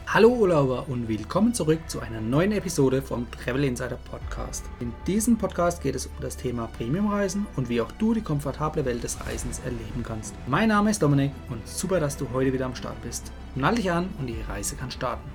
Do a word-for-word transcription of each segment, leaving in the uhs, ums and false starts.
Hallo Urlauber und willkommen zurück zu einer neuen Episode vom Travel Insider Podcast. In diesem Podcast geht es um das Thema Premiumreisen und wie auch du die komfortable Welt des Reisens erleben kannst. Mein Name ist Dominik und super, dass du heute wieder am Start bist. Nall dich an und die Reise kann starten.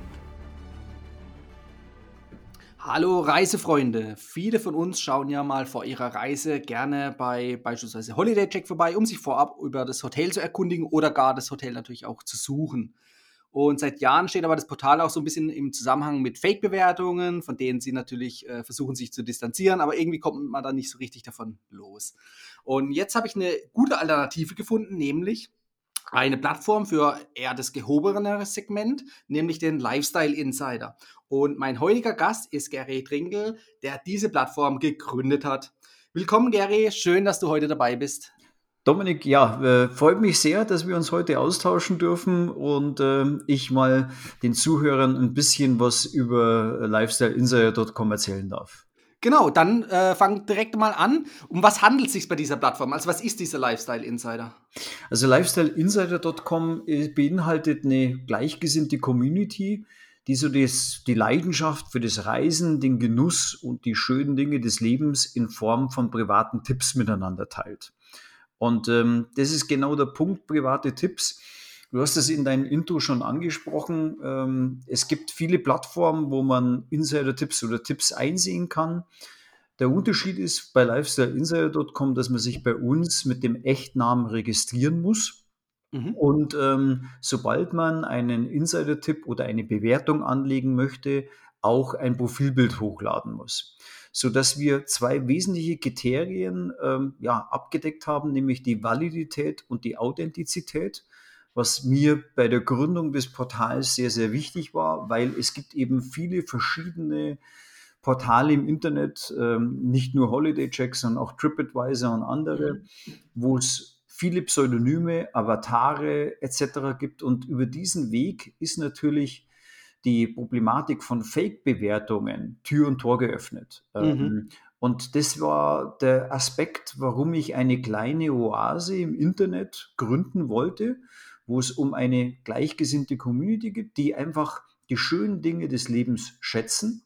Hallo Reisefreunde! Viele von uns schauen ja mal vor ihrer Reise gerne bei beispielsweise Holiday Check vorbei, um sich vorab über das Hotel zu erkundigen oder gar das Hotel natürlich auch zu suchen. Und seit Jahren steht aber das Portal auch so ein bisschen im Zusammenhang mit Fake-Bewertungen, von denen sie natürlich äh, versuchen, sich zu distanzieren, aber irgendwie kommt man da nicht so richtig davon los. Und jetzt habe ich eine gute Alternative gefunden, nämlich eine Plattform für eher das gehobenere Segment, nämlich den Lifestyle Insider. Und mein heutiger Gast ist Gary Trinkel, der diese Plattform gegründet hat. Willkommen, Gary. Schön, dass du heute dabei bist. Dominik, ja, äh, freut mich sehr, dass wir uns heute austauschen dürfen und äh, ich mal den Zuhörern ein bisschen was über lifestyle insider Punkt com erzählen darf. Genau, dann äh, fang direkt mal an. Um was handelt es sich bei dieser Plattform? Also was ist dieser Lifestyle Insider? Also lifestyle insider Punkt com beinhaltet eine gleichgesinnte Community, die so das, die Leidenschaft für das Reisen, den Genuss und die schönen Dinge des Lebens in Form von privaten Tipps miteinander teilt. Und ähm, das ist genau der Punkt, private Tipps. Du hast es in deinem Intro schon angesprochen. Ähm, es gibt viele Plattformen, wo man Insider-Tipps oder Tipps einsehen kann. Der Unterschied ist bei lifestyle insider Punkt com, dass man sich bei uns mit dem Echtnamen registrieren muss. Mhm. Und ähm, sobald man einen Insider-Tipp oder eine Bewertung anlegen möchte, auch ein Profilbild hochladen muss. Sodass wir zwei wesentliche Kriterien ähm, ja, abgedeckt haben, nämlich die Validität und die Authentizität, was mir bei der Gründung des Portals sehr, sehr wichtig war, weil es gibt eben viele verschiedene Portale im Internet, ähm, nicht nur Holiday Check, sondern auch TripAdvisor und andere, Mhm. wo es viele Pseudonyme, Avatare et cetera gibt. Und über diesen Weg ist natürlich die Problematik von Fake-Bewertungen Tür und Tor geöffnet. Mhm. Ähm, und das war der Aspekt, warum ich eine kleine Oase im Internet gründen wollte, wo es um eine gleichgesinnte Community gibt, die einfach die schönen Dinge des Lebens schätzen,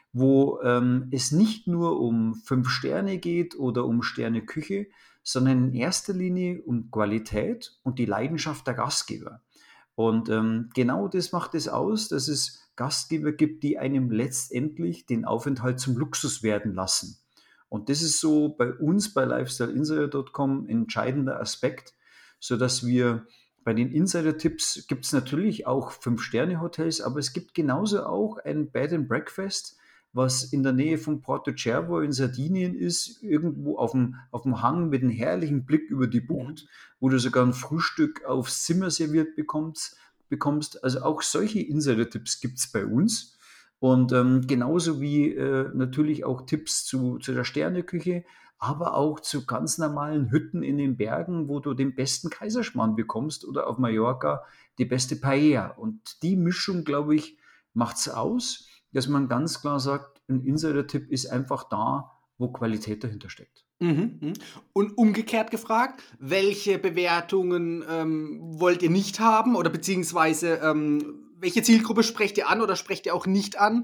wo ähm, es nicht nur um fünf Sterne geht oder um Sterneküche, sondern in erster Linie um Qualität und die Leidenschaft der Gastgeber. Und ähm, genau das macht es aus, dass es Gastgeber gibt, die einem letztendlich den Aufenthalt zum Luxus werden lassen. Und das ist so bei uns bei lifestyle insider Punkt com ein entscheidender Aspekt, sodass wir bei den Insider-Tipps gibt es natürlich auch Fünf-Sterne-Hotels, aber es gibt genauso auch ein Bed and Breakfast, was in der Nähe von Porto Cervo in Sardinien ist, irgendwo auf dem, auf dem Hang mit einem herrlichen Blick über die Mhm. Bucht, wo du sogar ein Frühstück aufs Zimmer serviert bekommst. bekommst. Also auch solche Insider-Tipps gibt es bei uns. Und ähm, genauso wie äh, natürlich auch Tipps zu, zu der Sterneküche, aber auch zu ganz normalen Hütten in den Bergen, wo du den besten Kaiserschmarrn bekommst oder auf Mallorca die beste Paella. Und die Mischung, glaube ich, macht es aus, dass man ganz klar sagt, ein Insider-Tipp ist einfach da, wo Qualität dahinter steckt. Mhm, mhm. Und umgekehrt gefragt, welche Bewertungen ähm, wollt ihr nicht haben oder beziehungsweise ähm, welche Zielgruppe sprecht ihr an oder sprecht ihr auch nicht an,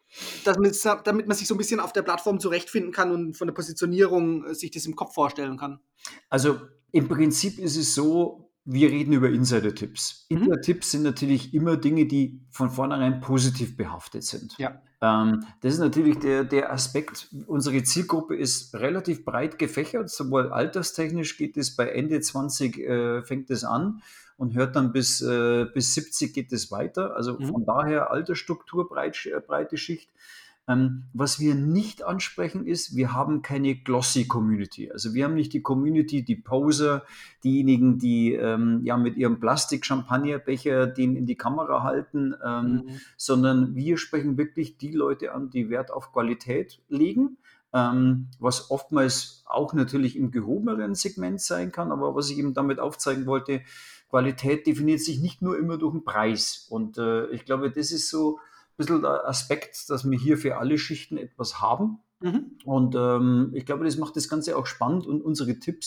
damit, damit man sich so ein bisschen auf der Plattform zurechtfinden kann und von der Positionierung äh, sich das im Kopf vorstellen kann? Also im Prinzip ist es so, wir reden über Insider-Tipps. Mhm. Insider-Tipps sind natürlich immer Dinge, die von vornherein positiv behaftet sind. Ja. Ähm, das ist natürlich der, der Aspekt, unsere Zielgruppe ist relativ breit gefächert, sowohl alterstechnisch geht es bei Ende zwanzig, äh, fängt es an und hört dann bis, äh, bis siebzig geht es weiter. Also Mhm. von daher Altersstruktur, breit, äh, breite Schicht. Ähm, was wir nicht ansprechen ist, wir haben keine glossy Community. Also wir haben nicht die Community, die Poser, diejenigen, die ähm, ja mit ihrem Plastik-Champagnerbecher den in die Kamera halten, ähm, Mhm. sondern wir sprechen wirklich die Leute an, die Wert auf Qualität legen, ähm, was oftmals auch natürlich im gehobeneren Segment sein kann, aber was ich eben damit aufzeigen wollte, Qualität definiert sich nicht nur immer durch den Preis. Und äh, ich glaube, das ist so ein bisschen der Aspekt, dass wir hier für alle Schichten etwas haben. Mhm. Und ähm, ich glaube, das macht das Ganze auch spannend und unsere Tipps.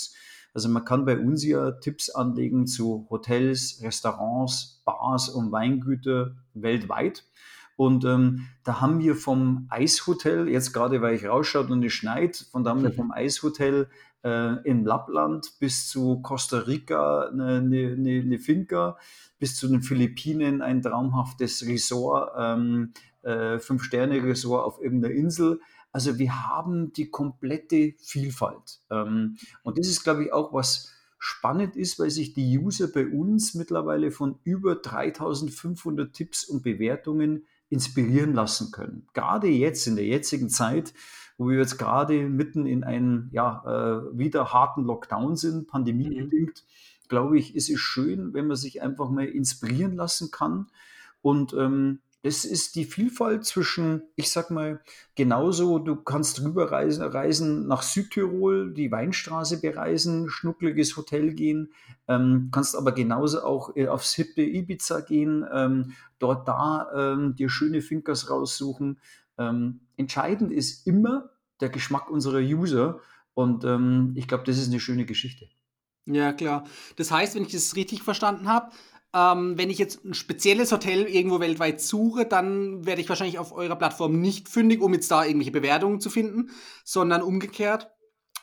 Also man kann bei uns ja Tipps anlegen zu Hotels, Restaurants, Bars und Weingüter weltweit. Und ähm, da haben wir vom Eishotel, jetzt gerade weil ich rausschaut und es schneit, von da haben wir vom Eishotel äh, in Lappland bis zu Costa Rica eine, eine, eine eine Finca, bis zu den Philippinen ein traumhaftes Resort, ähm, äh, Fünf-Sterne-Resort auf irgendeiner Insel. Also wir haben die komplette Vielfalt. Ähm, und das ist, glaube ich, auch was spannend ist, weil sich die User bei uns mittlerweile von über dreitausendfünfhundert Tipps und Bewertungen inspirieren lassen können. Gerade jetzt, in der jetzigen Zeit, wo wir jetzt gerade mitten in einem ja, äh, wieder harten Lockdown sind, Mhm. pandemiebedingt, glaube ich, ist es schön, wenn man sich einfach mal inspirieren lassen kann. Und ähm, das ist die Vielfalt zwischen, ich sag mal, genauso, du kannst rüberreisen reisen nach Südtirol, die Weinstraße bereisen, schnuckliges Hotel gehen, ähm, kannst aber genauso auch äh, aufs hippe Ibiza gehen, ähm, dort da ähm, dir schöne Finkers raussuchen. Ähm, entscheidend ist immer der Geschmack unserer User und ähm, ich glaube, das ist eine schöne Geschichte. Ja, klar. Das heißt, wenn ich das richtig verstanden habe, ähm, wenn ich jetzt ein spezielles Hotel irgendwo weltweit suche, dann werde ich wahrscheinlich auf eurer Plattform nicht fündig, um jetzt da irgendwelche Bewertungen zu finden, sondern umgekehrt,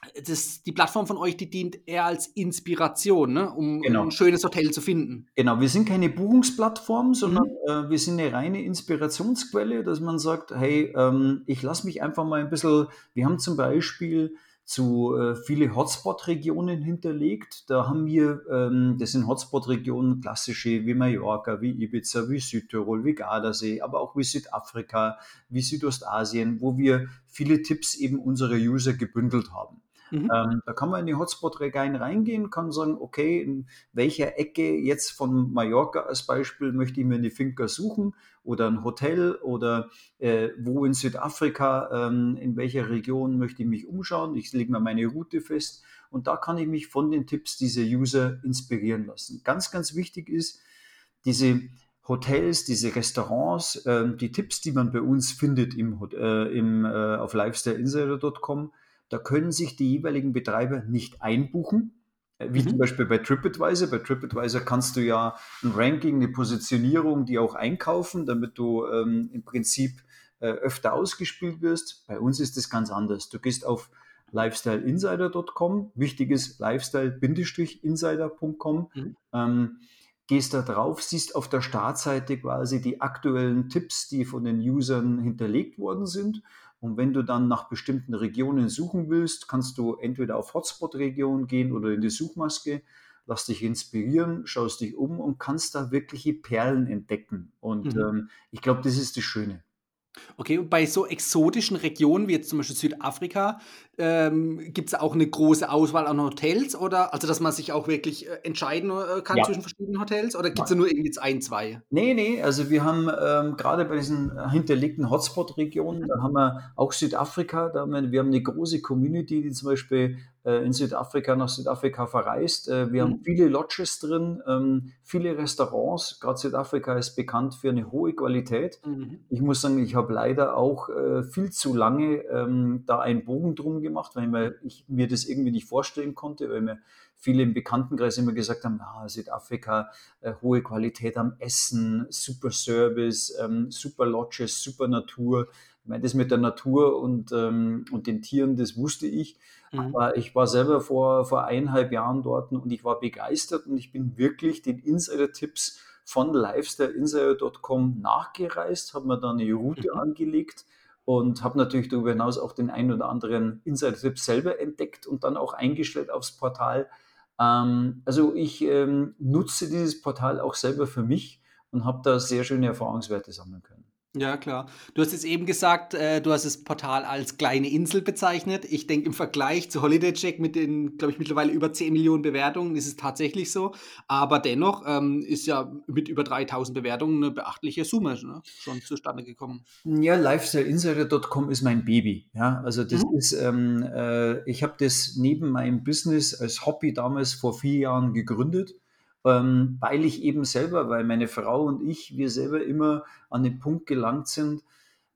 das die Plattform von euch, die dient eher als Inspiration, ne, um 'n Genau. schönes Hotel zu finden. Genau, wir sind keine Buchungsplattform, sondern, Mhm. äh, wir sind eine reine Inspirationsquelle, dass man sagt: „Hey, ähm, ich lasse mich einfach mal ein bisschen“. Wir haben zum Beispiel zu äh, viele Hotspot-Regionen hinterlegt. Da haben wir ähm, das sind Hotspot-Regionen, klassische wie Mallorca, wie Ibiza, wie Südtirol, wie Gardasee, aber auch wie Südafrika, wie Südostasien, wo wir viele Tipps eben unserer User gebündelt haben. Mhm. Ähm, da kann man in die Hotspot-Region reingehen, kann sagen: „Okay, in welcher Ecke jetzt von Mallorca als Beispiel möchte ich mir eine Finca suchen oder ein Hotel oder äh, wo in Südafrika, ähm, in welcher Region möchte ich mich umschauen. Ich lege mir meine Route fest und da kann ich mich von den Tipps dieser User inspirieren lassen. Ganz, ganz wichtig ist, diese Hotels, diese Restaurants, ähm, die Tipps, die man bei uns findet im, Hot- äh, im, äh, auf lifestyle insider punkt com, da können sich die jeweiligen Betreiber nicht einbuchen, äh, wie zum Mhm. Beispiel bei TripAdvisor. Bei TripAdvisor kannst du ja ein Ranking, eine Positionierung, die auch einkaufen, damit du ähm, im Prinzip äh, öfter ausgespielt wirst. Bei uns ist das ganz anders. Du gehst auf lifestyle insider punkt com, wichtig ist lifestyle insider punkt com, Mhm. ähm, gehst da drauf, siehst auf der Startseite quasi die aktuellen Tipps, die von den Usern hinterlegt worden sind. Und wenn du dann nach bestimmten Regionen suchen willst, kannst du entweder auf Hotspot-Region gehen oder in die Suchmaske, lass dich inspirieren, schaust dich um und kannst da wirkliche Perlen entdecken. Und Mhm. ähm, ich glaube, das ist das Schöne. Okay, und bei so exotischen Regionen wie jetzt zum Beispiel Südafrika, ähm, gibt's da auch 'ne große Auswahl an Hotels oder also, dass man sich auch wirklich, äh, entscheiden, äh, kann Ja, zwischen verschiedenen Hotels oder gibt's da ja. nur irgendwie jetzt ein, zwei? Ne, ne, also wir haben, ähm, grade bei diesen äh, hinterlegten Hotspot-Regionen, Mhm. da haben wir auch Südafrika, da haben wir wir haben 'ne große Community, die zum Beispiel, äh, in Südafrika nach Südafrika verreist. Äh, wir haben Mhm. viele Lodges drin, ähm, viele Restaurants. Grad Südafrika ist bekannt für 'ne hohe Qualität. Mhm. Ich muss sagen, ich habe leider auch, äh, viel zu lange, ähm, da einen Bogen drum gemacht, weil mir ich mir das irgendwie nicht vorstellen konnte, weil mir viele im Bekanntenkreis immer gesagt haben: „Ah, Südafrika, äh, hohe Qualität am Essen, super Service, ähm, super Lodges, super Natur.“ Ich meine, das mit der Natur und, ähm, und den Tieren, das wusste ich. Mhm. Aber ich war selber vor, vor eineinhalb Jahren dort und ich war begeistert und ich bin wirklich den Insider-Tipps von lifestyle insider punkt com nachgereist, habe mir da eine Route Mhm. angelegt und habe natürlich darüber hinaus auch den einen oder anderen Insider-Tipp selber entdeckt und dann auch eingestellt aufs Portal. Ähm, also ich ähm, nutze dieses Portal auch selber für mich und habe da sehr schöne Erfahrungswerte sammeln können. Ja, klar. Du hast jetzt eben gesagt, äh, du hast das Portal als kleine Insel bezeichnet. Ich denke, im Vergleich zu HolidayCheck mit den, glaube ich, mittlerweile über zehn Millionen Bewertungen ist es tatsächlich so. Aber dennoch, ähm, ist ja mit über dreitausend Bewertungen eine beachtliche Summe, ne, schon zustande gekommen. Ja, lifestyle insider punkt com ist mein Baby. Ja, also das Mhm. ist, ähm, äh, ich habe das neben meinem Business als Hobby damals vor vier Jahren gegründet, ähm, weil ich eben selber, weil meine Frau und ich, wir selber immer an den Punkt gelangt sind,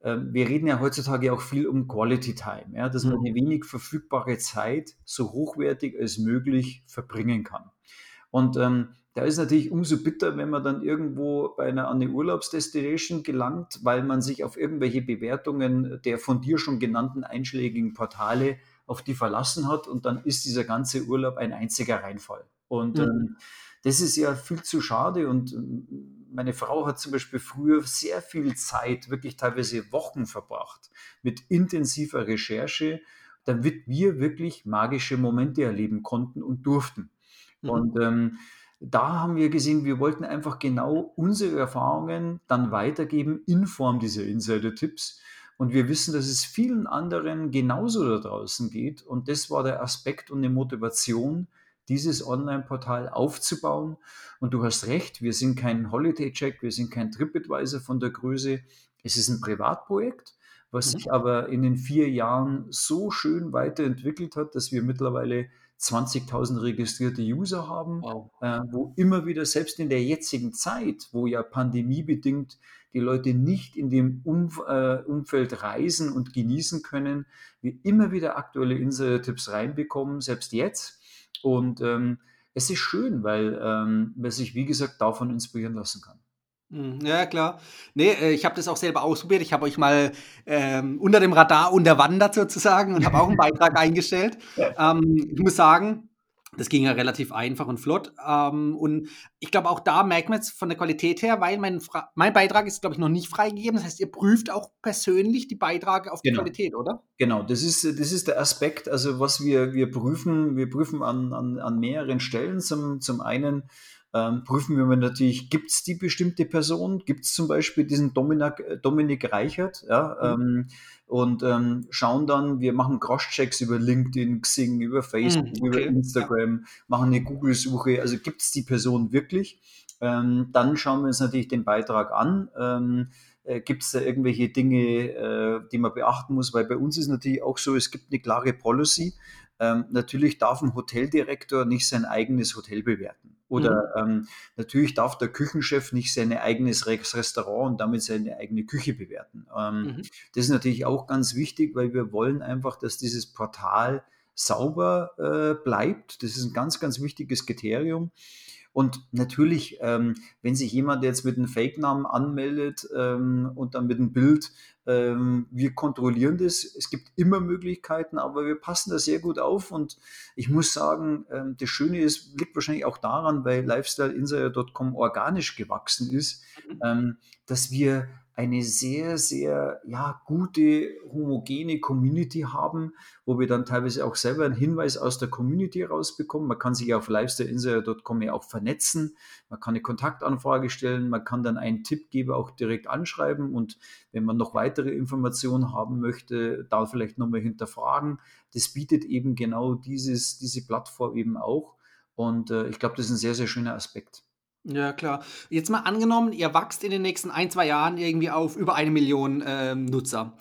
ähm, wir reden ja heutzutage auch viel um Quality Time, ja, dass man Mhm. die wenig verfügbare Zeit so hochwertig als möglich verbringen kann. Und ähm, da ist natürlich umso bitter, wenn man dann irgendwo bei einer, an eine Urlaubsdestination gelangt, weil man sich auf irgendwelche Bewertungen der von dir schon genannten einschlägigen Portale auf die verlassen hat und dann ist dieser ganze Urlaub ein einziger Reinfall. Und Mhm. ähm, das ist ja viel zu schade. Und ähm, meine Frau hat zum Beispiel früher sehr viel Zeit, wirklich teilweise Wochen verbracht mit intensiver Recherche, damit wir wirklich magische Momente erleben konnten und durften. Mhm. Und ähm, da haben wir gesehen, wir wollten einfach genau unsere Erfahrungen dann weitergeben in Form dieser Insider-Tipps. Und wir wissen, dass es vielen anderen genauso da draußen geht. Und das war der Aspekt und eine Motivation, dieses Online-Portal aufzubauen. Und du hast recht, wir sind kein Holiday-Check, wir sind kein TripAdvisor von der Größe. Es ist ein Privatprojekt, was Mhm. sich aber in den vier Jahren so schön weiterentwickelt hat, dass wir mittlerweile zwanzigtausend registrierte User haben, Wow. äh, wo immer wieder, selbst in der jetzigen Zeit, wo ja pandemiebedingt die Leute nicht in dem Umf äh, Umfeld reisen und genießen können, wir immer wieder aktuelle Insider-Tipps reinbekommen, selbst jetzt. Und ähm, es ist schön, weil ähm, man sich, wie gesagt, davon inspirieren lassen kann. Mhm, ja, klar. Ne, äh, ich habe das auch selber ausprobiert. Ich habe euch mal, ähm, unter dem Radar unterwandert sozusagen und habe auch 'n Beitrag eingestellt. Ähm, ich muss sagen, das ging ja relativ einfach und flott. Ähm, und ich glaube, auch da merkt man jetzt von der Qualität her, weil mein Fra mein Beitrag ist, glaube ich, noch nicht freigegeben. Das heißt, ihr prüft auch persönlich die Beiträge auf die Genau. Qualität, oder? Genau, das ist, das ist der Aspekt, also was wir, wir prüfen, wir prüfen an, an, an mehreren Stellen. Zum, zum einen ähm, prüfen wir natürlich, gibt es die bestimmte Person? Gibt es zum Beispiel diesen Dominik, äh, Dominik Reichert? Ja, Mhm. ähm, und ähm, schauen dann, wir machen Cross-Checks über LinkedIn, Xing, über Mhm, Facebook, über okay. Ja. Instagram, machen eine Google-Suche. Also gibt es die Person wirklich? Ähm, dann schauen wir uns natürlich den Beitrag an. Ähm, äh, gibt es da irgendwelche Dinge, äh, die man beachten muss? Weil bei uns ist natürlich auch so, es gibt eine klare Policy. Ähm, natürlich darf ein Hoteldirektor nicht sein eigenes Hotel bewerten. Oder Mhm. ähm, natürlich darf der Küchenchef nicht sein eigenes Re- Restaurant und damit seine eigene Küche bewerten. Ähm, Mhm. das ist natürlich auch ganz wichtig, weil wir wollen einfach, dass dieses Portal sauber äh, bleibt. Das ist ein ganz, ganz wichtiges Kriterium. Und natürlich, ähm, wenn sich jemand jetzt mit einem Fake-Namen anmeldet ähm, und dann mit einem Bild, ähm, wir kontrollieren das. Es gibt immer Möglichkeiten, aber wir passen da sehr gut auf. Und ich muss sagen, ähm, das Schöne ist, liegt wahrscheinlich auch daran, weil lifestyle insider Punkt com organisch gewachsen ist, Mhm. ähm, dass wir eine sehr, sehr ja, gute, homogene Community haben, wo wir dann teilweise auch selber einen Hinweis aus der Community rausbekommen. Man kann sich auf lifestyle insider Punkt com ja auch vernetzen, man kann eine Kontaktanfrage stellen, man kann dann einen Tippgeber auch direkt anschreiben und wenn man noch weitere Informationen haben möchte, da vielleicht nochmal hinterfragen. Das bietet eben genau dieses, diese Plattform eben auch und äh, ich glaube, das ist ein sehr, sehr schöner Aspekt. Ja, klar. Jetzt mal angenommen, ihr wachst in den nächsten ein zwei Jahren irgendwie auf über eine Million ähm, Nutzer.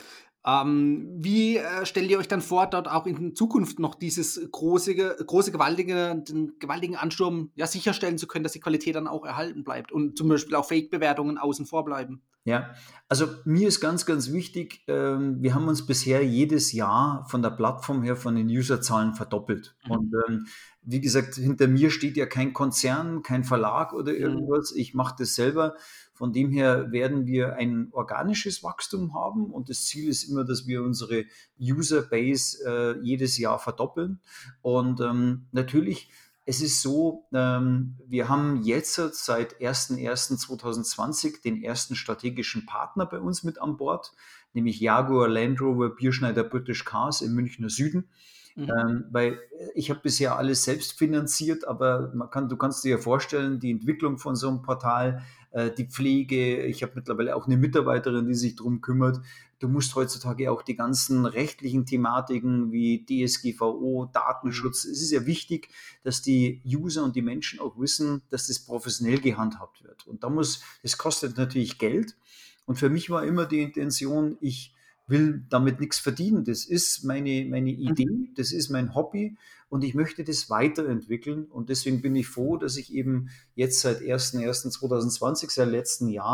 Ähm, wie, äh, stellt ihr euch dann vor, dort auch in Zukunft noch dieses große große, gewaltige den gewaltigen Ansturm, ja, sicherstellen zu können, dass die Qualität dann auch erhalten bleibt und zum Beispiel auch Fake-Bewertungen außen vor bleiben? Ja, also mir ist ganz, ganz wichtig, ähm, wir haben uns bisher jedes Jahr von der Plattform her von den Userzahlen verdoppelt. Und Mhm. ähm, wie gesagt, hinter mir steht ja kein Konzern, kein Verlag oder Mhm. irgendwas. Ich mache das selber. Von dem her werden wir ein organisches Wachstum haben und das Ziel ist immer, dass wir unsere Userbase äh, jedes Jahr verdoppeln. Und ähm, natürlich es ist so, ähm, wir haben jetzt seit erster erster zweitausendzwanzig den ersten strategischen Partner bei uns mit an Bord, nämlich Jaguar Land Rover Bierschneider British Cars im Münchner Süden. Mhm. Ähm, weil ich habe bisher alles selbst finanziert, aber man kann, du kannst dir ja vorstellen, die Entwicklung von so einem Portal, äh, die Pflege, ich habe mittlerweile auch eine Mitarbeiterin, die sich darum kümmert. Du musst heutzutage auch die ganzen rechtlichen Thematiken wie D S G V O, Mhm. Datenschutz, es ist ja wichtig, dass die User und die Menschen auch wissen, dass das professionell gehandhabt wird. Und da muss, das kostet natürlich Geld. Und für mich war immer die Intention, ich will damit nichts verdienen. Das ist meine, meine Mhm. Idee, das ist mein Hobby und ich möchte das weiterentwickeln. Und deswegen bin ich froh, dass ich eben jetzt seit erster erster zweitausendzwanzig, seit letztem Jahr,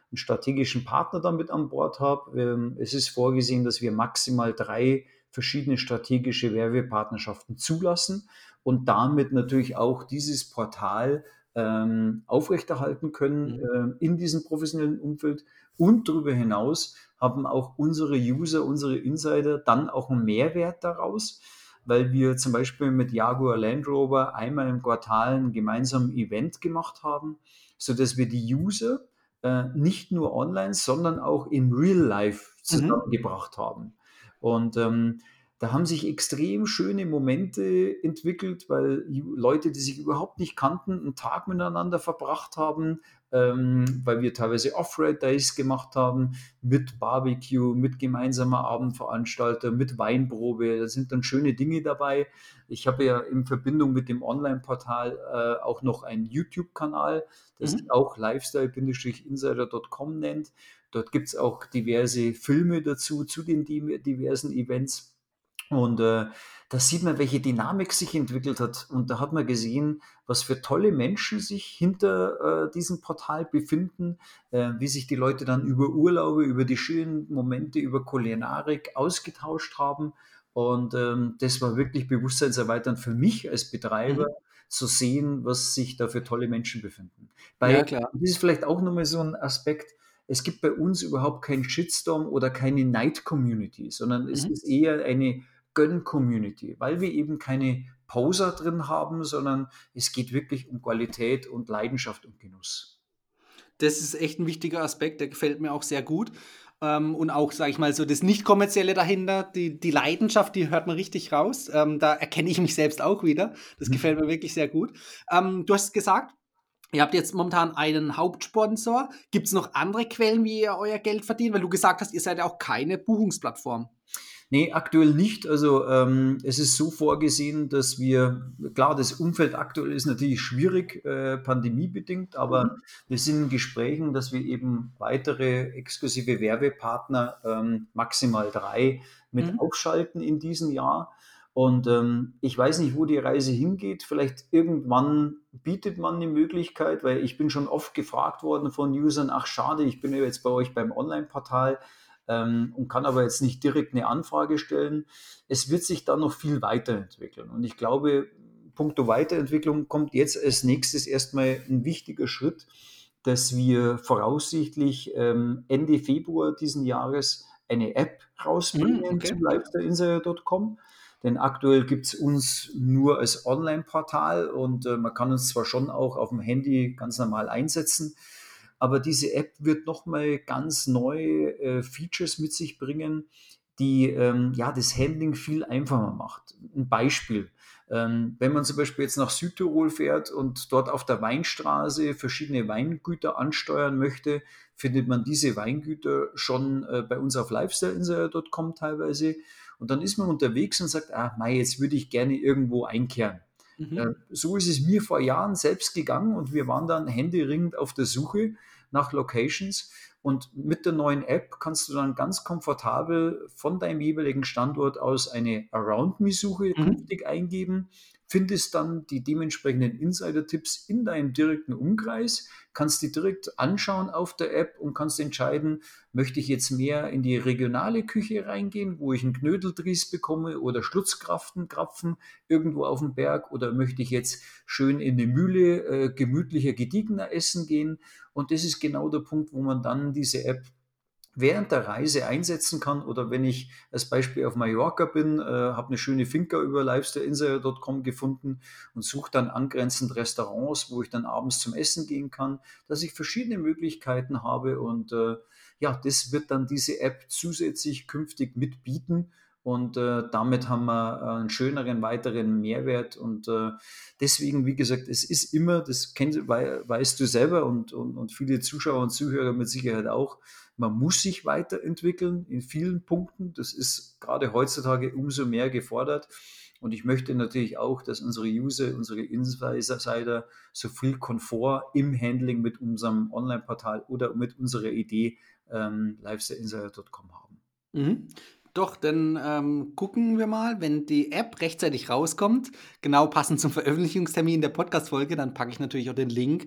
einen strategischen Partner damit an Bord habe. Ähm, es ist vorgesehen, dass wir maximal drei verschiedene strategische Werbepartnerschaften zulassen und damit natürlich auch dieses Portal ähm, aufrechterhalten können Mhm. äh, in diesem professionellen Umfeld. Und darüber hinaus haben auch unsere User, unsere Insider dann auch einen Mehrwert daraus, weil wir zum Beispiel mit Jaguar Land Rover einmal im Quartal ein gemeinsames Event gemacht haben, sodass wir die User äh, nicht nur online, sondern auch im Real Life Mhm. zusammengebracht haben. Und ähm, da haben sich extrem schöne Momente entwickelt, weil Ju- Leute, die sich überhaupt nicht kannten, einen Tag miteinander verbracht haben, ähm, weil wir teilweise Off-Road-Days gemacht haben, mit Barbecue, mit gemeinsamer Abendveranstaltung, mit Weinprobe. Da sind dann schöne Dinge dabei. Ich habe ja in Verbindung mit dem Online-Portal äh, auch noch einen YouTube-Kanal, das sich Mhm. auch lifestyle-insider Punkt com nennt. Dort gibt es auch diverse Filme dazu, zu den di- diversen Events. Und äh, da sieht man, welche Dynamik sich entwickelt hat. Und da hat man gesehen, was für tolle Menschen sich hinter äh, diesem Portal befinden, äh, wie sich die Leute dann über Urlaube, über die schönen Momente, über Kulinarik ausgetauscht haben. Und ähm, das war wirklich bewusstseinserweiternd für mich als Betreiber, Mhm. zu sehen, was sich da für tolle Menschen befinden. Bei, Ja, klar. das ist vielleicht auch nochmal so ein Aspekt, es gibt bei uns überhaupt keinen Shitstorm oder keine Neid-Community, sondern es Mhm. ist eher eine Gönn-Community, weil wir eben keine Poser drin haben, sondern es geht wirklich um Qualität und Leidenschaft und Genuss. Das ist echt ein wichtiger Aspekt, der gefällt mir auch sehr gut. Ähm, und auch, sage ich mal, so das Nicht-Kommerzielle dahinter, die die Leidenschaft, die hört man richtig raus. Ähm, da erkenne ich mich selbst auch wieder. Das Mhm. gefällt mir wirklich sehr gut. Ähm, du hast gesagt, ihr habt jetzt momentan einen Hauptsponsor. Gibt es noch andere Quellen, wie ihr euer Geld verdient? Weil du gesagt hast, ihr seid ja auch keine Buchungsplattform. Ne, aktuell nicht. Also, ähm, es ist so vorgesehen, dass wir klar, das Umfeld aktuell ist natürlich schwierig, äh, pandemiebedingt, aber Mhm. wir sind in Gesprächen, dass wir eben weitere exklusive Werbepartner, ähm, maximal drei mit Mhm. aufschalten in diesem Jahr. Und, ähm, ich weiß nicht, wo die Reise hingeht. Vielleicht irgendwann bietet man die Möglichkeit, weil ich bin schon oft gefragt worden von Usern: „Ach schade, ich bin ja jetzt bei euch beim Onlineportal, ähm, und kann aber jetzt nicht direkt eine Anfrage stellen." Es wird sich da noch viel weiterentwickeln. Und ich glaube, puncto Weiterentwicklung kommt jetzt als nächstes erstmal ein wichtiger Schritt, dass wir voraussichtlich ähm, Ende Februar diesen Jahres eine App Mhm. rausbringen Okay. zu Ja. lifestyle insider Punkt com. Denn aktuell gibt es uns nur als Online-Portal und äh, man kann uns zwar schon auch auf dem Handy ganz normal einsetzen, aber diese App wird nochmal ganz neue äh, Features mit sich bringen, die ähm, ja, das Handling viel einfacher macht. Ein Beispiel. Ähm, wenn man zum Beispiel jetzt nach Südtirol fährt und dort auf der Weinstraße verschiedene Weingüter ansteuern möchte, findet man diese Weingüter schon äh, bei uns auf lifestyle insider Punkt com teilweise. Und dann ist man unterwegs und sagt, ah, mei, jetzt würde ich gerne irgendwo einkehren. Äh, Mhm. so ist es mir vor Jahren selbst gegangen und wir waren dann händeringend auf der Suche nach Locations. Und mit der neuen App kannst du dann ganz komfortabel von deinem jeweiligen Standort aus eine Around-Me-Suche Mhm. künftig eingeben, findest dann die dementsprechenden Insider-Tipps in deinem direkten Umkreis, kannst die direkt anschauen auf der App und kannst entscheiden, möchte ich jetzt mehr in die regionale Küche reingehen, wo ich einen Knödeldries bekomme oder Schlutzkraften, Krapfen irgendwo auf dem Berg, oder möchte ich jetzt schön in eine Mühle äh, gemütlicher, gediegener essen gehen. Und das ist genau der Punkt, wo man dann diese App während der Reise einsetzen kann. Oder wenn ich als Beispiel auf Mallorca bin, äh, habe eine schöne Finca über lifestyle insider Punkt com gefunden und suche dann angrenzend Restaurants, wo ich dann abends zum Essen gehen kann, dass ich verschiedene Möglichkeiten habe. Und äh, ja, das wird dann diese App zusätzlich künftig mitbieten. Und äh, damit haben wir äh, einen schöneren weiteren Mehrwert. Und äh, deswegen, wie gesagt, es ist immer, das kennst, wei- weißt du selber und, und, und viele Zuschauer und Zuhörer mit Sicherheit auch, man muss sich weiterentwickeln in vielen Punkten. Das ist gerade heutzutage umso mehr gefordert. Und ich möchte natürlich auch, dass unsere User, unsere Insider so viel Komfort im Handling mit unserem Online-Portal oder mit unserer Idee ähm, lifestyle insider Punkt com haben. Mhm. Doch, dann ähm, gucken wir mal, wenn die App rechtzeitig rauskommt, genau passend zum Veröffentlichungstermin der Podcast-Folge, dann packe ich natürlich auch den Link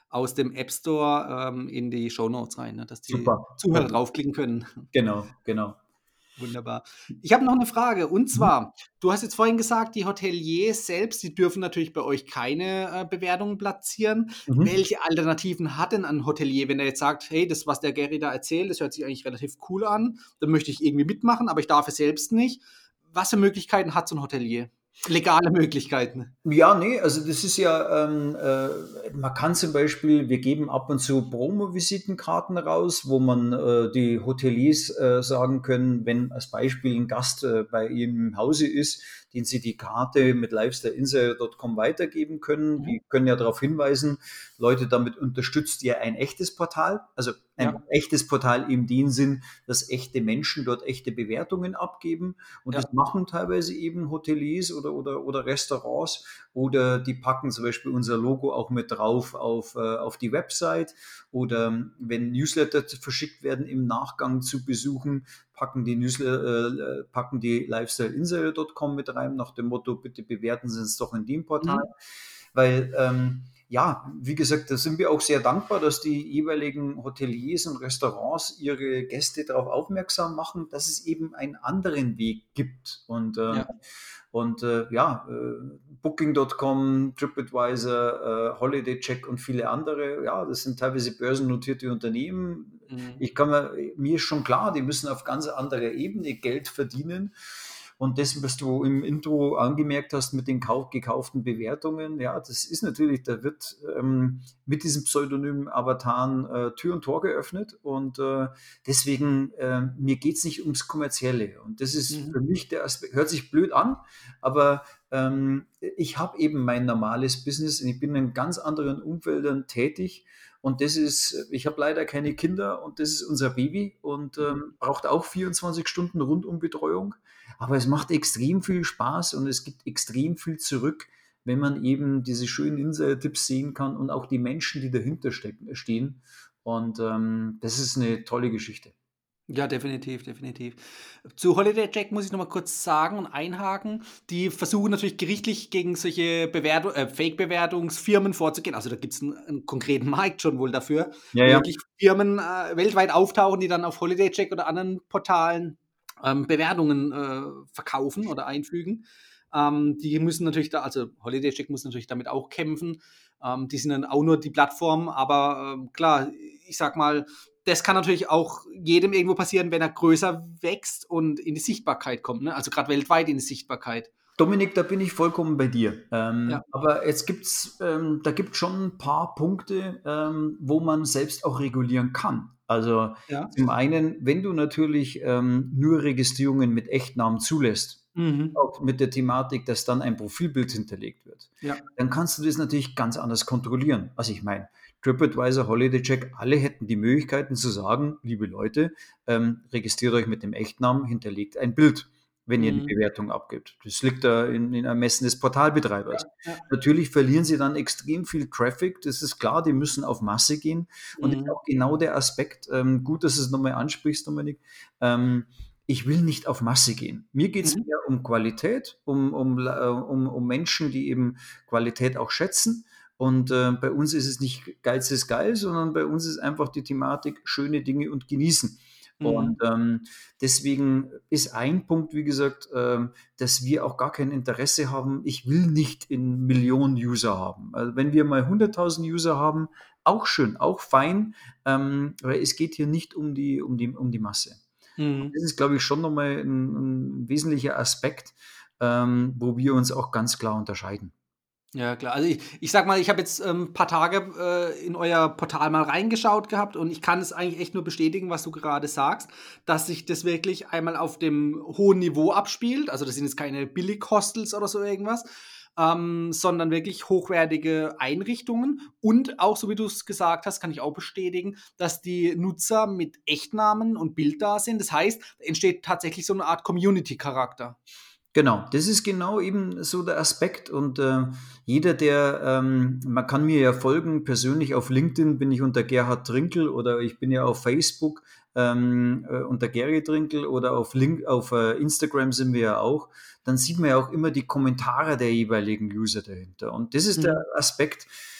aus dem App Store ähm, in die Shownotes rein, ne, dass die Super. Zuhörer Perfekt. draufklicken können. Genau, genau. Wunderbar. Ich habe noch eine Frage und Mhm. zwar, du hast jetzt vorhin gesagt, die Hoteliers selbst, die dürfen natürlich bei euch keine, äh, Bewertungen platzieren. Mhm. Welche Alternativen hat denn ein Hotelier, wenn er jetzt sagt: „Hey, das, was der Gary da erzählt, das hört sich eigentlich relativ cool an. Da möchte ich irgendwie mitmachen, aber ich darf es selbst nicht.“ Was für Möglichkeiten hat so ein Hotelier? Legale Möglichkeiten. Ja, ne, also das ist ja, ähm, äh man kann zum Beispiel wir geben ab und zu Promo-Visitenkarten raus, wo man, äh die Hoteliers, äh, sagen können, wenn als Beispiel ein Gast, äh, bei ihnen im Hause ist, den sie die Karte mit lifestyle insider Punkt com weitergeben können. Mhm. Die können ja darauf hinweisen, Leute, damit unterstützt ihr ein echtes Portal. Also, ein Ja, echtes Portal in dem Sinn, dass echte Menschen dort echte Bewertungen abgeben. Und das ja. machen teilweise eben Hoteliers oder oder oder Restaurants. Oder die packen zum Beispiel unser Logo auch mit drauf auf, äh, auf die Website. Oder ähm, wenn Newsletter verschickt werden im Nachgang zu Besuchen, packen die Newsletter, äh, packen die lifestyle insider Punkt com mit rein, nach dem Motto, bitte bewerten Sie es doch in dem Portal. Mhm. Weil, ähm, ja, wie gesagt, da sind wir auch sehr dankbar, dass die jeweiligen Hoteliers und Restaurants ihre Gäste darauf aufmerksam machen, dass es eben einen anderen Weg gibt. Und ähm, Ja. und äh, ja, äh, Booking Punkt com, TripAdvisor, äh, Holiday Check und viele andere, ja, das sind teilweise börsennotierte Unternehmen. Mhm. Ich kann mir, mir ist schon klar, die müssen auf ganz anderer Ebene Geld verdienen. Und das, was du im Intro angemerkt hast mit den kauf, gekauften Bewertungen, ja, das ist natürlich, da wird ähm, mit diesem Pseudonym Avataren äh, Tür und Tor geöffnet. Und äh, deswegen, äh, mir geht es nicht ums Kommerzielle. Und das ist Mhm. für mich der Aspekt, hört sich blöd an, aber ähm, ich habe eben mein normales Business und ich bin in ganz anderen Umfeldern tätig. Und das ist, ich habe leider keine Kinder und das ist unser Baby und Mhm. ähm, braucht auch vierundzwanzig Stunden Rundumbetreuung. Aber es macht extrem viel Spaß und es gibt extrem viel zurück, wenn man eben diese schönen Insider-Tipps sehen kann und auch die Menschen, die dahinter stecken, stehen. Und ähm, das ist eine tolle Geschichte. Ja, definitiv, definitiv. Zu Holiday Check muss ich noch mal kurz sagen und einhaken. Die versuchen natürlich gerichtlich gegen solche Bewertung äh, Fake-Bewertungsfirmen vorzugehen. Also, da gibt's 'n 'n konkreten Markt schon wohl dafür, Ja, wo ja. wirklich Firmen, äh, weltweit auftauchen, die dann auf Holiday Check oder anderen Portalen, ähm, Bewertungen, äh, verkaufen oder einfügen. Ähm, die müssen natürlich da also, Holiday Check muss natürlich damit auch kämpfen. Ähm, die sind dann auch nur die Plattform, aber, ähm, klar, ich sage mal, das kann natürlich auch jedem irgendwo passieren, wenn er größer wächst und in die Sichtbarkeit kommt, ne? Also, grad weltweit in die Sichtbarkeit. Dominik, da bin ich vollkommen bei dir. Ja, Ähm, aber jetzt gibt's, ähm, da gibt schon ein paar Punkte, ähm, wo man selbst auch regulieren kann. Also ja. zum einen, wenn du natürlich ähm, nur Registrierungen mit Echtnamen zulässt, Mhm. auch mit der Thematik, dass dann ein Profilbild hinterlegt wird, Ja. dann kannst du das natürlich ganz anders kontrollieren. Also ich meine, TripAdvisor, Holiday Check, alle hätten die Möglichkeiten zu sagen, liebe Leute, ähm, registriert euch mit dem Echtnamen, hinterlegt ein Bild, wenn ihr eine Mhm. Bewertung abgibt. Das liegt da in, in Ermessen des Portalbetreibers. Ja, ja. Natürlich verlieren sie dann extrem viel Traffic, das ist klar, die müssen auf Masse gehen. Und das ist Mhm. auch genau der Aspekt, ähm, gut, dass du es nochmal ansprichst, Dominik. Ähm, ich will nicht auf Masse gehen. Mir geht es Mhm. mehr um Qualität, um, um, äh, um, um Menschen, die eben Qualität auch schätzen. Und äh, bei uns ist es nicht Geiz ist geil, sondern bei uns ist einfach die Thematik schöne Dinge und genießen. Und Mhm. ähm, deswegen ist ein Punkt, wie gesagt, ähm, dass wir auch gar kein Interesse haben. Ich will nicht in Millionen User haben. Also wenn wir mal hunderttausend User haben, auch schön, auch fein, ähm, weil es geht hier nicht um die, um die, um die Masse. Mhm. Das ist, glaube ich, schon nochmal ein 'n wesentlicher Aspekt, ähm, wo wir uns auch ganz klar unterscheiden. Ja, klar. Also, ich ich sage mal, ich habe jetzt, ähm, paar Tage, äh, in euer Portal mal reingeschaut gehabt und ich kann es eigentlich echt nur bestätigen, was du gerade sagst, dass sich das wirklich einmal auf dem hohen Niveau abspielt. Also, das sind jetzt keine Billig-Hostels oder so irgendwas, ähm, sondern wirklich hochwertige Einrichtungen und auch, so wie du es gesagt hast, kann ich auch bestätigen, dass die Nutzer mit Echtnamen und Bild da sind. Das heißt, entsteht tatsächlich so eine Art Community-Charakter. Genau, das ist genau eben so der Aspekt und, äh, jeder, der ähm, man kann mir ja folgen, persönlich auf LinkedIn bin ich unter Gerhard Trinkel oder ich bin ja auf Facebook, ähm, äh, unter Gary Trinkel oder auf Link auf, äh, Instagram sind wir ja auch. Dann sieht man ja auch immer die Kommentare der jeweiligen User dahinter und das ist der Mhm. Aspekt.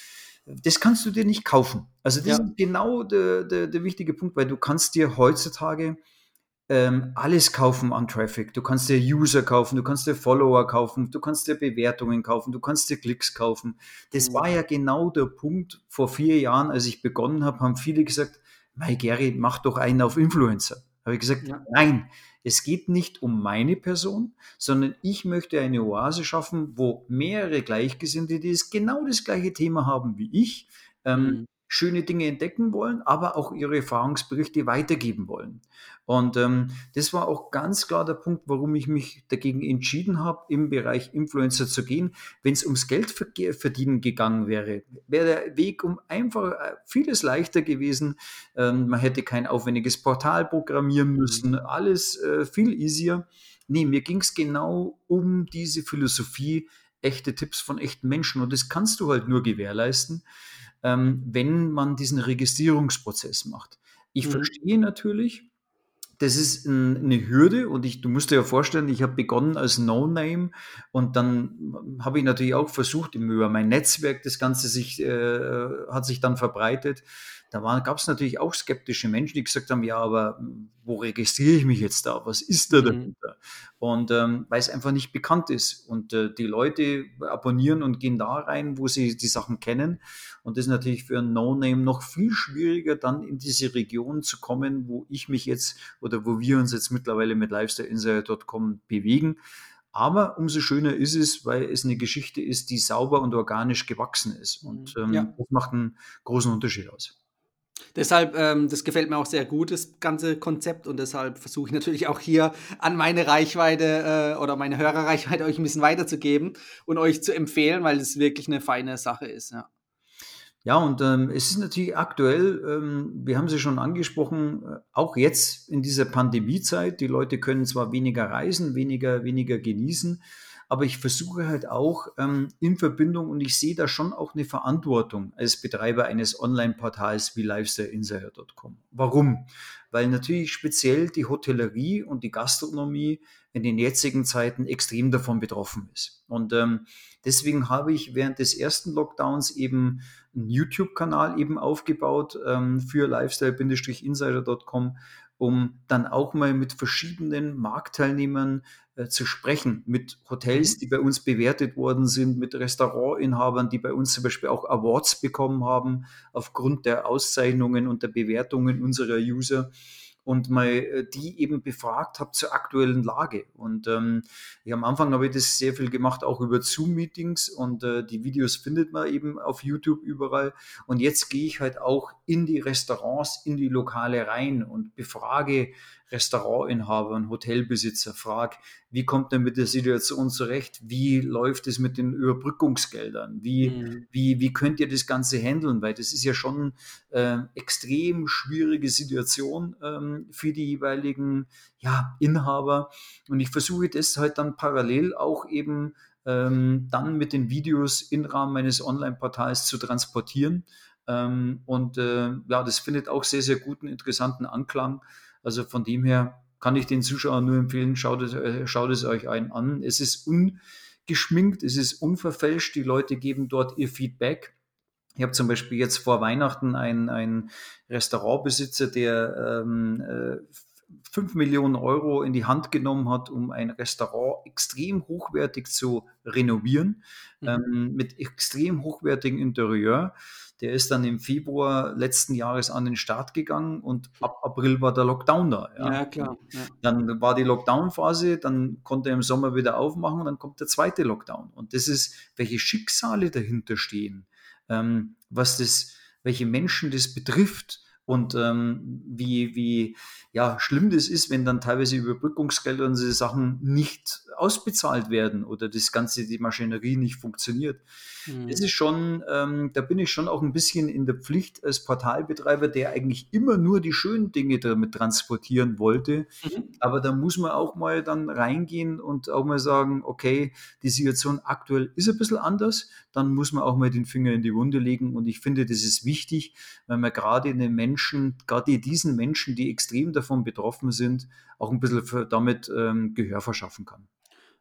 das kannst du dir nicht kaufen. Also das Ja. ist genau der, der, der wichtige Punkt, weil du kannst dir heutzutage ähm, alles kaufen an Traffic. Du kannst dir User kaufen, du kannst dir Follower kaufen, du kannst dir Bewertungen kaufen, du kannst dir Klicks kaufen. Das Mhm. war ja genau der Punkt vor vier Jahren, als ich begonnen habe, haben viele gesagt, mei Gary, mach doch einen auf Influencer. Habe ich gesagt, Ja. nein, es geht nicht um meine Person, sondern ich möchte eine Oase schaffen, wo mehrere Gleichgesinnte, die es genau das gleiche Thema haben wie ich, ähm, Mhm. schöne Dinge entdecken wollen, aber auch ihre Erfahrungsberichte weitergeben wollen. Und ähm, das war auch ganz klar der Punkt, warum ich mich dagegen entschieden habe, im Bereich Influencer zu gehen. Wenn es ums Geldverdienen gegangen wäre, wäre der Weg um einfach äh, vieles leichter gewesen. Ähm, man hätte kein aufwendiges Portal programmieren Mhm. müssen, alles äh, viel easier. Nee, mir ging es genau um diese Philosophie, echte Tipps von echten Menschen. Und das kannst du halt nur gewährleisten, ähm, wenn man diesen Registrierungsprozess macht. Ich Mhm. verstehe natürlich, das ist 'n 'ne Hürde und ich du musst dir ja vorstellen, ich habe begonnen als No-Name und dann habe ich natürlich auch versucht, eben über mein Netzwerk das Ganze sich äh, hat sich dann verbreitet. Da war gab's natürlich auch skeptische Menschen, die gesagt haben: „Ja, aber wo registriere ich mich jetzt da? Was ist da Mhm. dahinter?“ Und, ähm, weil's einfach nicht bekannt ist. Und, äh, die Leute abonnieren und gehen da rein, wo sie die Sachen kennen. Und das ist natürlich für 'n No-Name noch viel schwieriger, dann in diese Region zu kommen, wo ich mich jetzt oder wo wir uns jetzt mittlerweile mit lifestyle insider Punkt com bewegen. Aber umso schöner ist es, weil es eine Geschichte ist, die sauber und organisch gewachsen ist. Und Mhm. ähm, Ja. das macht einen großen Unterschied aus. Deshalb, ähm, das gefällt mir auch sehr gut, das ganze Konzept, und deshalb versuche ich natürlich auch hier an meine Reichweite, äh, oder meine Hörerreichweite euch ein bisschen weiterzugeben und euch zu empfehlen, weil es wirklich eine feine Sache ist, ja. Ja, und ähm, es ist natürlich aktuell, ähm, wir haben sie schon angesprochen, äh, auch jetzt in dieser Pandemiezeit, die Leute können zwar weniger reisen, weniger, weniger genießen, aber ich versuche halt auch ähm, in Verbindung und ich sehe da schon auch eine Verantwortung als Betreiber eines Online-Portals wie lifestyle insider Punkt com. Warum? Weil natürlich speziell die Hotellerie und die Gastronomie in den jetzigen Zeiten extrem davon betroffen ist. Und ähm, deswegen habe ich während des ersten Lockdowns eben einen YouTube-Kanal eben aufgebaut ähm, für lifestyle insider Punkt com, um dann auch mal mit verschiedenen Marktteilnehmern äh, zu sprechen, mit Hotels, Mhm. die bei uns bewertet worden sind, mit Restaurantinhabern, die bei uns zum Beispiel auch Awards bekommen haben aufgrund der Auszeichnungen und der Bewertungen unserer User und mal äh, die eben befragt habe zur aktuellen Lage. Und ähm, ja, am Anfang habe ich das sehr viel gemacht, auch über Zoom-Meetings und äh, die Videos findet man eben auf YouTube überall. Und jetzt gehe ich halt auch in die Restaurants, in die Lokale rein und befrage Restaurantinhaber und Hotelbesitzer, frage, wie kommt er mit der Situation zurecht? Wie läuft es mit den Überbrückungsgeldern? Wie, Mhm. wie, wie könnt ihr das Ganze handeln? Weil das ist ja schon äh, extrem schwierige Situation ähm, für die jeweiligen ja, Inhaber. Und ich versuche das halt dann parallel auch eben ähm, dann mit den Videos im Rahmen meines Online-Portals zu transportieren. Ähm, und äh, ja, das findet auch sehr, sehr guten, interessanten Anklang. Also von dem her kann ich den Zuschauern nur empfehlen, schaut es, äh, schaut es euch einen an. Es ist ungeschminkt, es ist unverfälscht, die Leute geben dort ihr Feedback. Ich habe zum Beispiel jetzt vor Weihnachten einen, einen Restaurantbesitzer, der ähm, äh, fünf Millionen Euro in die Hand genommen hat, um ein Restaurant extrem hochwertig zu renovieren, Mhm. ähm, mit extrem hochwertigem Interieur. Der ist dann im Februar letzten Jahres an den Start gegangen und ab April war der Lockdown da. Ja. Ja, klar, ja. Dann war die Lockdown-Phase, dann konnte er im Sommer wieder aufmachen und dann kommt der zweite Lockdown. Und das ist, welche Schicksale dahinter stehen, ähm, was das, welche Menschen das betrifft und ähm, wie, wie ja, schlimm das ist, wenn dann teilweise Überbrückungsgelder und diese Sachen nicht ausbezahlt werden oder das Ganze, die Maschinerie nicht funktioniert. Das Mhm. ist schon, ähm, da bin ich schon auch ein bisschen in der Pflicht als Portalbetreiber, der eigentlich immer nur die schönen Dinge damit transportieren wollte, Mhm. aber da muss man auch mal dann reingehen und auch mal sagen, okay, die Situation aktuell ist ein bisschen anders, dann muss man auch mal den Finger in die Wunde legen und ich finde, das ist wichtig, weil man gerade den Menschen, gerade diesen Menschen, die extrem davon betroffen sind, auch ein bisschen für, damit ähm, Gehör verschaffen kann.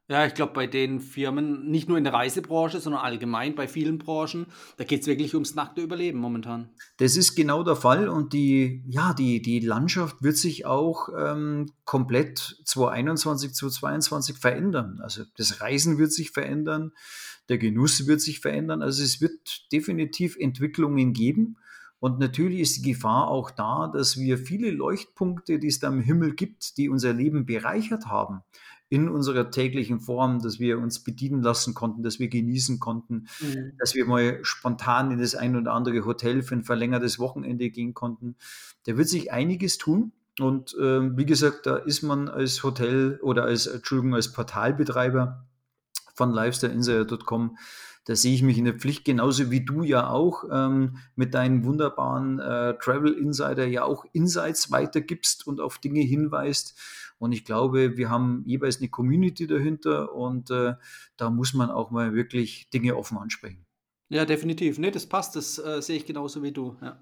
Ja, ich glaube, bei den Firmen, nicht nur in der Reisebranche, sondern allgemein bei vielen Branchen, da geht es wirklich ums nackte Überleben momentan. Das ist genau der Fall und die, ja, die, die Landschaft wird sich auch ähm, komplett zwanzig einundzwanzig, zwanzig zweiundzwanzig verändern. Also das Reisen wird sich verändern, der Genuss wird sich verändern. Also es wird definitiv Entwicklungen geben. Und natürlich ist die Gefahr auch da, dass wir viele Leuchtpunkte, die es da im Himmel gibt, die unser Leben bereichert haben, in unserer täglichen Form, dass wir uns bedienen lassen konnten, dass wir genießen konnten, Mhm. dass wir mal spontan in das ein oder andere Hotel für ein verlängertes Wochenende gehen konnten. Da wird sich einiges tun. Und ähm, wie gesagt, da ist man als Hotel oder als, Entschuldigung, als Portalbetreiber von lifestyle insider punkt com, da sehe ich mich in der Pflicht, genauso wie du ja auch ähm, mit deinen wunderbaren äh, Travel Insider ja auch Insights weitergibst und auf Dinge hinweist. Und ich glaube, wir haben jeweils eine Community dahinter und äh, da muss man auch mal wirklich Dinge offen ansprechen. Ja, definitiv. Ne, das passt, das, äh, sehe ich genauso wie du, ja.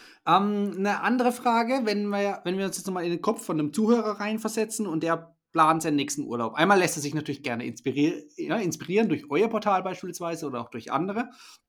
Ähm, 'ne andere Frage, wenn wir wenn wir uns jetzt noch mal in den Kopf von 'nem Zuhörer reinversetzen und der plant seinen nächsten Urlaub. Einmal lässt er sich natürlich gerne inspirier ja, inspirieren durch euer Portal beispielsweise oder auch durch andere.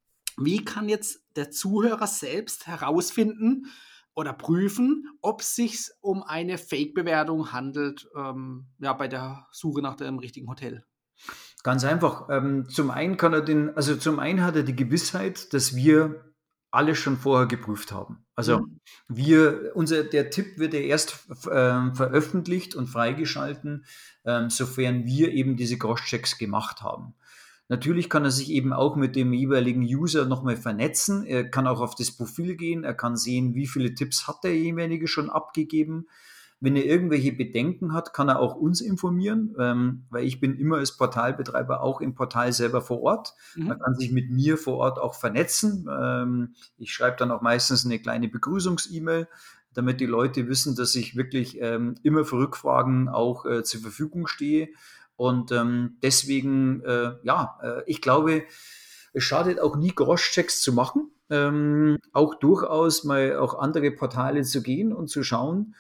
Wie kann jetzt der Zuhörer selbst herausfinden oder prüfen, ob sich's um eine Fake-Bewertung handelt, ähm, ja, bei der Suche nach dem richtigen Hotel? Ganz einfach. Ähm, zum einen kann er den, also zum einen hat er die Gewissheit, dass wir alles schon vorher geprüft haben. Also Mhm. wir, unser, der Tipp wird ja erst f- ähm, veröffentlicht und freigeschalten, ähm, sofern wir eben diese Cross-Checks gemacht haben. Natürlich kann er sich eben auch mit dem jeweiligen User nochmal vernetzen. Er kann auch auf das Profil gehen. Er kann sehen, wie viele Tipps hat der jeweilige schon abgegeben. Wenn er irgendwelche Bedenken hat, kann er auch uns informieren, ähm, weil ich bin immer als Portalbetreiber auch im Portal selber vor Ort. Man Mhm. kann sich mit mir vor Ort auch vernetzen. Ähm, ich schreibe dann auch meistens eine kleine Begrüßungs-E-Mail, damit die Leute wissen, dass ich wirklich ähm, immer für Rückfragen auch äh, zur Verfügung stehe. Und ähm, deswegen, äh, ja, äh, ich glaube, es schadet auch nie, Groschchecks zu machen. Ähm, auch durchaus mal auch andere Portale zu gehen und zu schauen.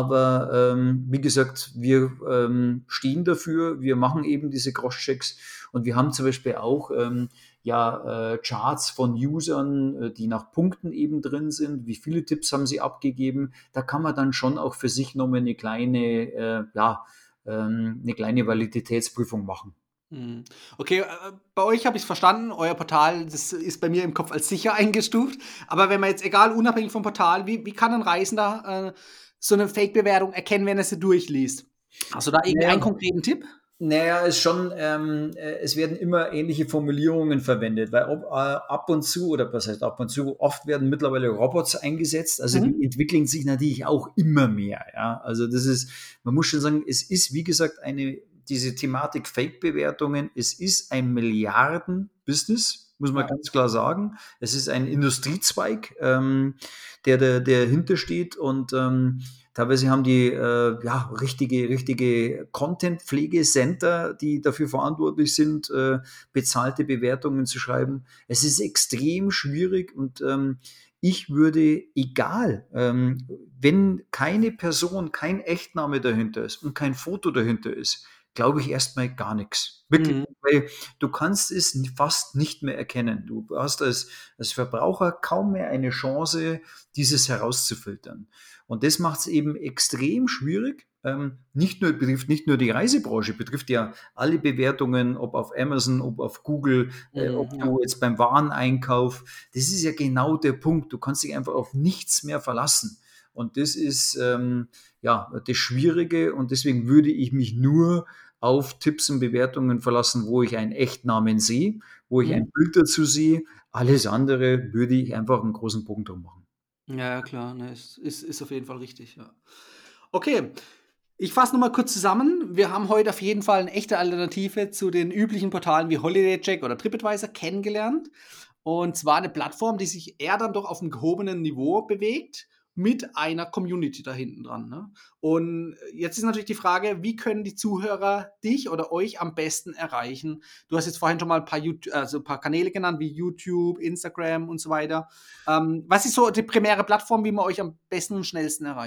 Aber ähm, wie gesagt, wir ähm, stehen dafür, wir machen eben diese Crosschecks und wir haben zum Beispiel auch ähm, ja, äh, Charts von Usern, äh, die nach Punkten eben drin sind. Wie viele Tipps haben sie abgegeben? Da kann man dann schon auch für sich nochmal eine kleine, äh, ja, ähm, eine kleine Validitätsprüfung machen. Mhm. Okay, äh, bei euch habe ich's verstanden. Euer Portal, das ist bei mir im Kopf als sicher eingestuft. Aber wenn man jetzt egal, unabhängig vom Portal, wie wie kann ein Reisender, äh, so 'ne Fake-Bewertung erkennen, wenn er sie durchliest? Hast du da irgendwie Naja, einen konkreten Tipp? naja, ist schon, ähm, äh, es werden immer ähnliche Formulierungen verwendet, weil ob, äh, ab und zu, oder was heißt ab und zu, oft werden mittlerweile Robots eingesetzt, also die Mhm. entwickeln sich natürlich auch immer mehr, ja. Also das ist, man muss schon sagen, es ist, wie gesagt, eine, diese Thematik Fake-Bewertungen, es ist ein Milliarden-Business, muss man Ja. ganz klar sagen. Es ist ein Industriezweig, ähm, der, der, der dahinter steht und ähm, teilweise haben die äh, ja, richtige, richtige Content-Pflegecenter, die dafür verantwortlich sind, äh, bezahlte Bewertungen zu schreiben. Es ist extrem schwierig und ähm, ich würde, egal, ähm, wenn keine Person, kein Echtname dahinter ist und kein Foto dahinter ist, glaube ich erstmal gar nichts. Wirklich, Mhm. weil du kannst es fast nicht mehr erkennen. Du hast als, als Verbraucher kaum mehr eine Chance, dieses herauszufiltern. Und das macht es eben extrem schwierig. Ähm, nicht nur, betrifft nicht nur die Reisebranche, betrifft ja alle Bewertungen, ob auf Amazon, ob auf Google, äh, ob Mhm, ja. du jetzt beim Wareneinkauf. Das ist ja genau der Punkt. Du kannst dich einfach auf nichts mehr verlassen. Und das ist ähm, ja das Schwierige. Und deswegen würde ich mich nur auf Tipps und Bewertungen verlassen, wo ich einen Echtnamen sehe, wo ich ein Mhm. Bild dazu sehe. Alles andere würde ich einfach einen großen Punkt drum machen. Ja, ja, klar, ne, ist ist ist auf jeden Fall richtig, ja. Okay, ich fasse noch mal kurz zusammen. Wir haben heute auf jeden Fall 'ne echte Alternative zu den üblichen Portalen wie HolidayCheck oder TripAdvisor kennengelernt. Und zwar 'ne Plattform, die sich eher dann doch auf'm gehobenen Niveau bewegt, mit einer Community da hinten dran, ne? Und jetzt ist natürlich die Frage, wie können die Zuhörer dich oder euch am besten erreichen? Du hast jetzt vorhin schon mal 'n paar Yout also, 'n paar Kanäle genannt wie YouTube, Instagram und so weiter. Ähm, was ist so die primäre Plattform, wie man euch am besten und schnellsten erreicht?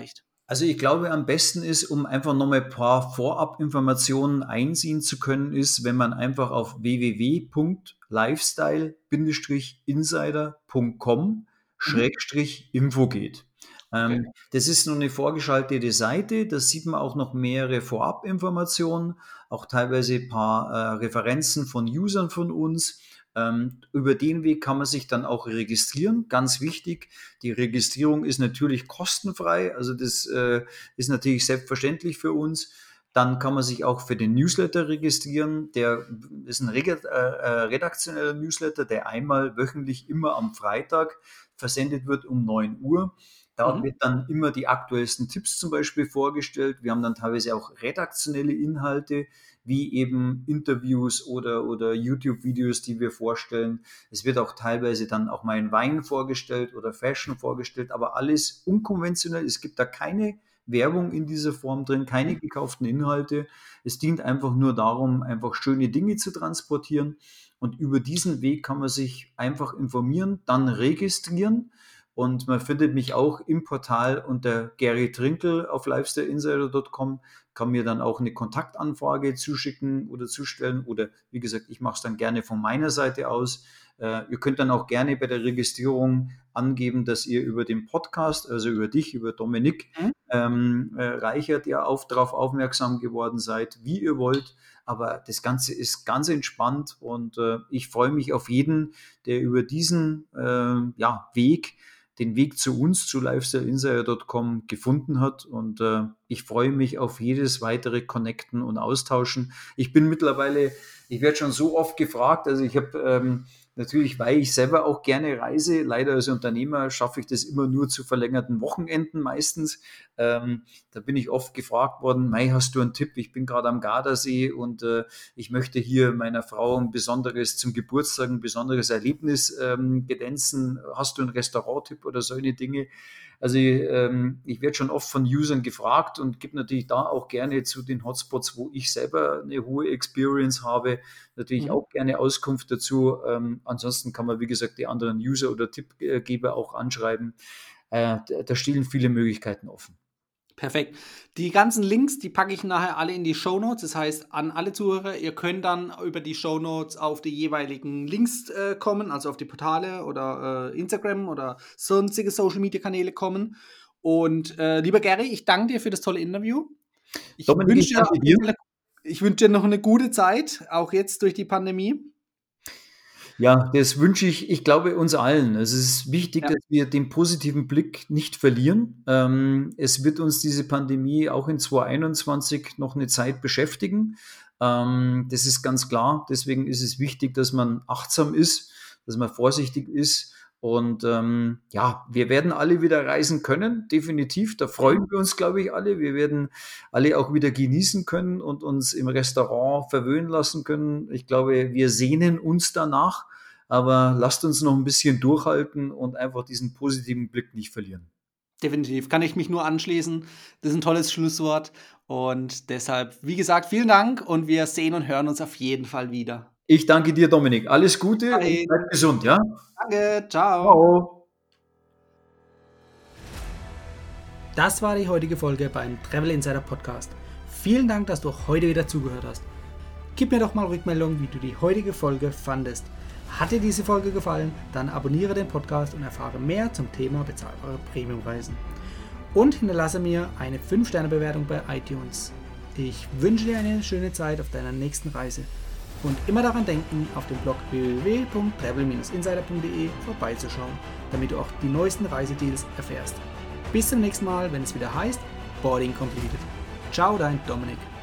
Also ich glaube, am besten ist, um einfach nochmal ein paar Vorabinformationen einsehen zu können, ist, wenn man einfach auf w w w punkt lifestyle insider punkt com Mhm. Schrägstrich Info geht. Okay. Ähm, das ist nur eine vorgeschaltete Seite, da sieht man auch noch mehrere Vorabinformationen, auch teilweise ein paar äh, Referenzen von Usern von uns. Ähm, über den Weg kann man sich dann auch registrieren. Ganz wichtig, die Registrierung ist natürlich kostenfrei, also das äh, ist natürlich selbstverständlich für uns. Dann kann man sich auch für den Newsletter registrieren. Der ist ein redaktioneller Newsletter, der einmal wöchentlich immer am Freitag versendet wird um neun Uhr. Da Mhm. wird dann immer die aktuellsten Tipps zum Beispiel vorgestellt. Wir haben dann teilweise auch redaktionelle Inhalte, wie eben Interviews oder, oder YouTube-Videos, die wir vorstellen. Es wird auch teilweise dann auch mal ein Wein vorgestellt oder Fashion vorgestellt, aber alles unkonventionell. Es gibt da keine Werbung in dieser Form drin, keine Mhm. gekauften Inhalte. Es dient einfach nur darum, einfach schöne Dinge zu transportieren. Und über diesen Weg kann man sich einfach informieren, dann registrieren. Und man findet mich auch im Portal unter Gary Trinkel auf lifestyle insider punkt com, kann mir dann auch eine Kontaktanfrage zuschicken oder zustellen. Oder wie gesagt, ich mache es dann gerne von meiner Seite aus. Äh, ihr könnt dann auch gerne bei der Registrierung angeben, dass ihr über den Podcast, also über dich, über Dominik Mhm. ähm, äh, Reichert, ja auf, darauf aufmerksam geworden seid, wie ihr wollt. Aber das Ganze ist ganz entspannt und äh, ich freue mich auf jeden, der über diesen äh, ja, Weg, den Weg zu uns, zu lifestyle insider punkt com gefunden hat. Und äh, ich freue mich auf jedes weitere Connecten und Austauschen. Ich bin mittlerweile, ich werde schon so oft gefragt, also ich habe ähm, natürlich, weil ich selber auch gerne reise, leider als Unternehmer schaffe ich das immer nur zu verlängerten Wochenenden meistens. Ähm, da bin ich oft gefragt worden, Mai, hast du einen Tipp? Ich bin gerade am Gardasee und äh, ich möchte hier meiner Frau ein besonderes, zum Geburtstag ein besonderes Erlebnis ähm, gedenzen. Hast du einen Restaurant-Tipp oder solche Dinge? Also ähm, ich werde schon oft von Usern gefragt und gebe natürlich da auch gerne zu den Hotspots, wo ich selber eine hohe Experience habe, natürlich Mhm. auch gerne Auskunft dazu. Ähm, ansonsten kann man, wie gesagt, die anderen User oder Tippgeber auch anschreiben. Äh, da, da stehen viele Möglichkeiten offen. Perfekt. Die ganzen Links, die packe ich nachher alle in die Shownotes. Das heißt, an alle Zuhörer, ihr könnt dann über die Shownotes auf die jeweiligen Links äh, kommen, also auf die Portale oder äh, Instagram oder sonstige Social-Media-Kanäle kommen. Und äh, lieber Gary, ich danke dir für das tolle Interview. Ich Dominik, ich wünsche dir auf danke jeden dir. Fall, ich wünsche dir noch eine gute Zeit, auch jetzt durch die Pandemie. Ja, das wünsche ich, ich glaube, uns allen. Es ist wichtig, Ja. dass wir den positiven Blick nicht verlieren. Ähm, es wird uns diese Pandemie auch in zwanzig einundzwanzig noch eine Zeit beschäftigen. Ähm, das ist ganz klar. Deswegen ist es wichtig, dass man achtsam ist, dass man vorsichtig ist. Und ähm, ja, wir werden alle wieder reisen können, definitiv. Da freuen Mhm. wir uns, glaube ich, alle. Wir werden alle auch wieder genießen können und uns im Restaurant verwöhnen lassen können. Ich glaube, wir sehnen uns danach, aber lasst uns noch ein bisschen durchhalten und einfach diesen positiven Blick nicht verlieren. Definitiv, kann ich mich nur anschließen. Das ist ein tolles Schlusswort und deshalb, wie gesagt, vielen Dank und wir sehen und hören uns auf jeden Fall wieder. Ich danke dir, Dominik. Alles Bis Gute und dahin. bleib gesund, ja? Danke, ciao. Ciao. Das war die heutige Folge beim Travel Insider Podcast. Vielen Dank, dass du auch heute wieder zugehört hast. Gib mir doch mal Rückmeldung, wie du die heutige Folge fandest. Hat dir diese Folge gefallen, dann abonniere den Podcast und erfahre mehr zum Thema bezahlbare Premiumreisen. Und hinterlasse mir eine fünf Sterne Bewertung bei iTunes. Ich wünsche dir eine schöne Zeit auf deiner nächsten Reise. Und immer daran denken, auf dem Blog w w w punkt travel insider punkt de vorbeizuschauen, damit du auch die neuesten Reisedeals erfährst. Bis zum nächsten Mal, wenn es wieder heißt Boarding Completed. Ciao, dein Dominik.